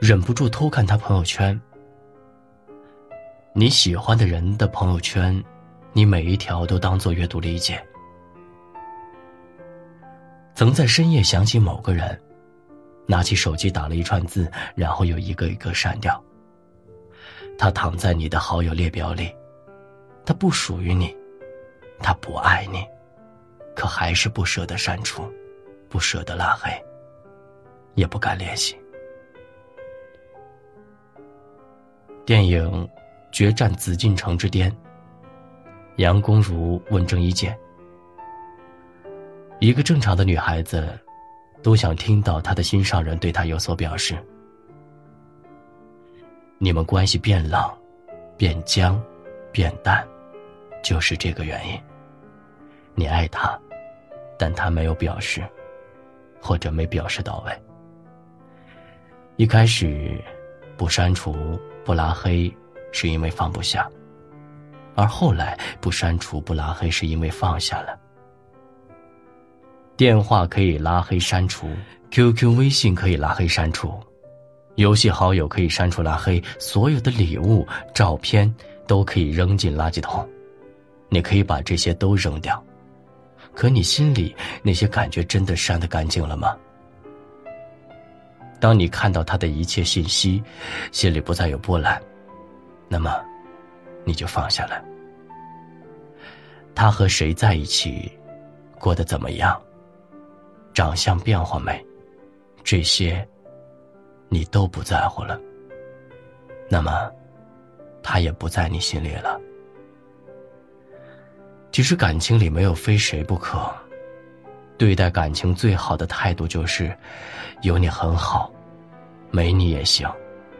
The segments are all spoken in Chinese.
忍不住偷看他朋友圈。你喜欢的人的朋友圈，你每一条都当作阅读理解。曾在深夜想起某个人，拿起手机打了一串字，然后又一个一个删掉。他躺在你的好友列表里，他不属于你，他不爱你，可还是不舍得删除，不舍得拉黑，也不敢联系。电影《决战紫禁城之巅》，杨恭如问郑伊健，一个正常的女孩子都想听到她的心上人对她有所表示。你们关系变冷、变僵、变淡，就是这个原因。你爱他，但他没有表示，或者没表示到位。一开始不删除、不拉黑，是因为放不下，而后来不删除、不拉黑，是因为放下了。电话可以拉黑删除， QQ 微信可以拉黑删除，游戏好友可以删除拉黑，所有的礼物、照片都可以扔进垃圾桶。你可以把这些都扔掉，可你心里那些感觉真的删得干净了吗？当你看到他的一切信息，心里不再有波澜，那么你就放下来。他和谁在一起，过得怎么样，长相变化没，这些你都不在乎了，那么他也不在你心里了。其实感情里没有非谁不可，对待感情最好的态度就是有你很好，没你也行。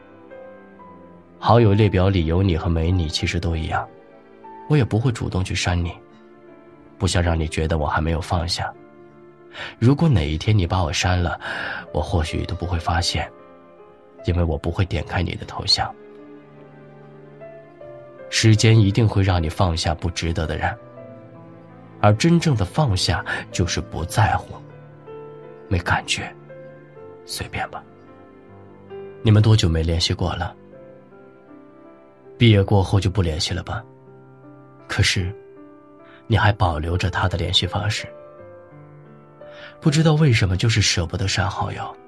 好友列表里有你和没你其实都一样，我也不会主动去删你，不想让你觉得我还没有放下。如果哪一天你把我删了，我或许都不会发现，因为我不会点开你的头像。时间一定会让你放下不值得的人，而真正的放下就是不在乎，没感觉，随便吧。你们多久没联系过了？毕业过后就不联系了吧？可是你还保留着他的联系方式，不知道为什么就是舍不得删好友。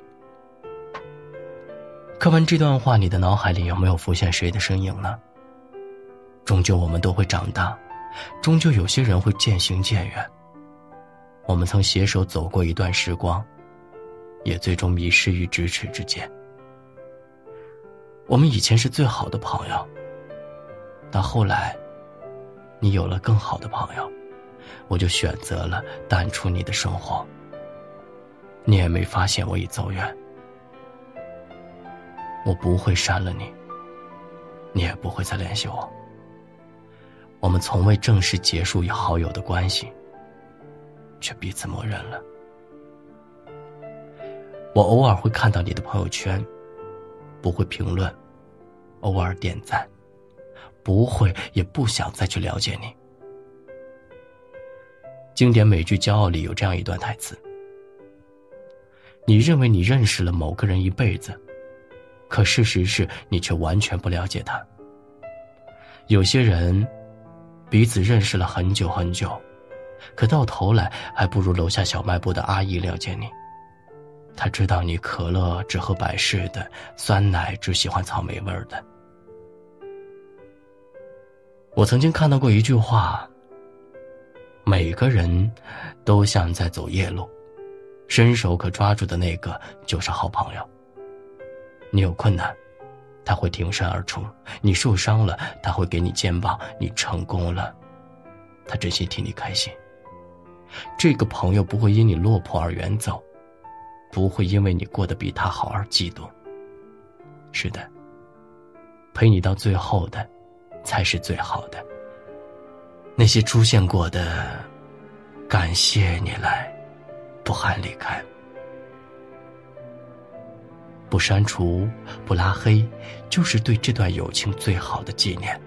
看完这段话，你的脑海里有没有浮现谁的身影呢？终究我们都会长大，终究有些人会渐行渐远。我们曾携手走过一段时光，也最终迷失于咫尺之间。我们以前是最好的朋友，到后来你有了更好的朋友，我就选择了淡出你的生活。你也没发现我已走远。我不会删了你，你也不会再联系我。我们从未正式结束与好友的关系，却彼此默认了。我偶尔会看到你的朋友圈，不会评论，偶尔点赞，不会也不想再去了解你。经典美剧《骄傲》里有这样一段台词：你认为你认识了某个人一辈子，可事实是你却完全不了解他。有些人彼此认识了很久很久，可到头来还不如楼下小卖部的阿姨了解你。她知道你可乐只喝百事的，酸奶只喜欢草莓味的。我曾经看到过一句话，每个人都像在走夜路，伸手可抓住的那个就是好朋友。你有困难，他会挺身而出；你受伤了，他会给你肩膀；你成功了，他真心替你开心。这个朋友不会因你落魄而远走，不会因为你过得比他好而嫉妒。是的，陪你到最后的才是最好的。那些出现过的，感谢你来，不喊离开。不删除，不拉黑，就是对这段友情最好的纪念。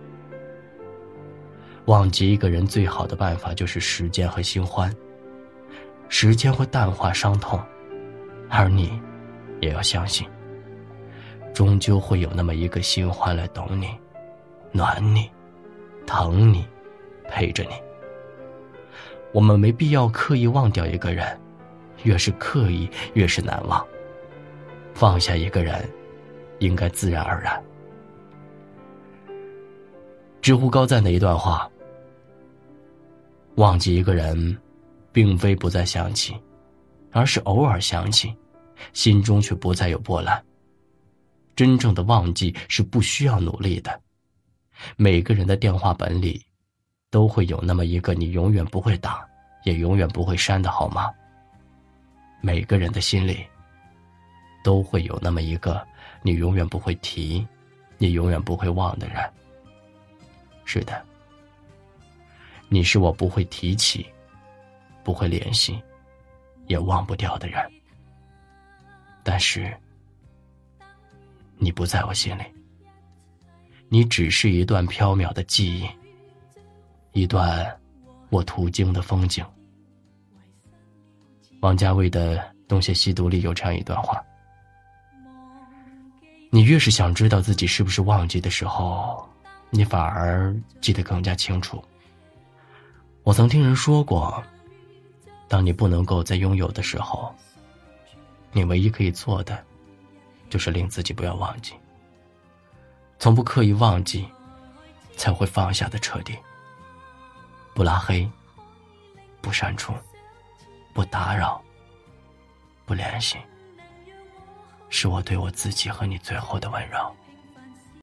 忘记一个人最好的办法就是时间和新欢。时间会淡化伤痛，而你也要相信， 终究会有那么一个新欢来懂你，暖你，疼你，陪着你。我们没必要刻意忘掉一个人，越是刻意越是难忘。放下一个人应该自然而然。知乎高赞的一段话：忘记一个人并非不再想起，而是偶尔想起，心中却不再有波澜。真正的忘记是不需要努力的，每个人的电话本里都会有那么一个你永远不会打也永远不会删的号码，每个人的心里都会有那么一个你永远不会提也永远不会忘的人。是的，你是我不会提起，不会联系，也忘不掉的人。但是你不在我心里，你只是一段缥缈的记忆，一段我途经的风景。王家卫的《东邪西毒》里有这样一段话：你越是想知道自己是不是忘记的时候，你反而记得更加清楚。我曾听人说过，当你不能够再拥有的时候，你唯一可以做的就是令自己不要忘记。从不刻意忘记，才会放下的彻底。不拉黑，不删除，不打扰，不联系，是我对我自己和你最后的温柔。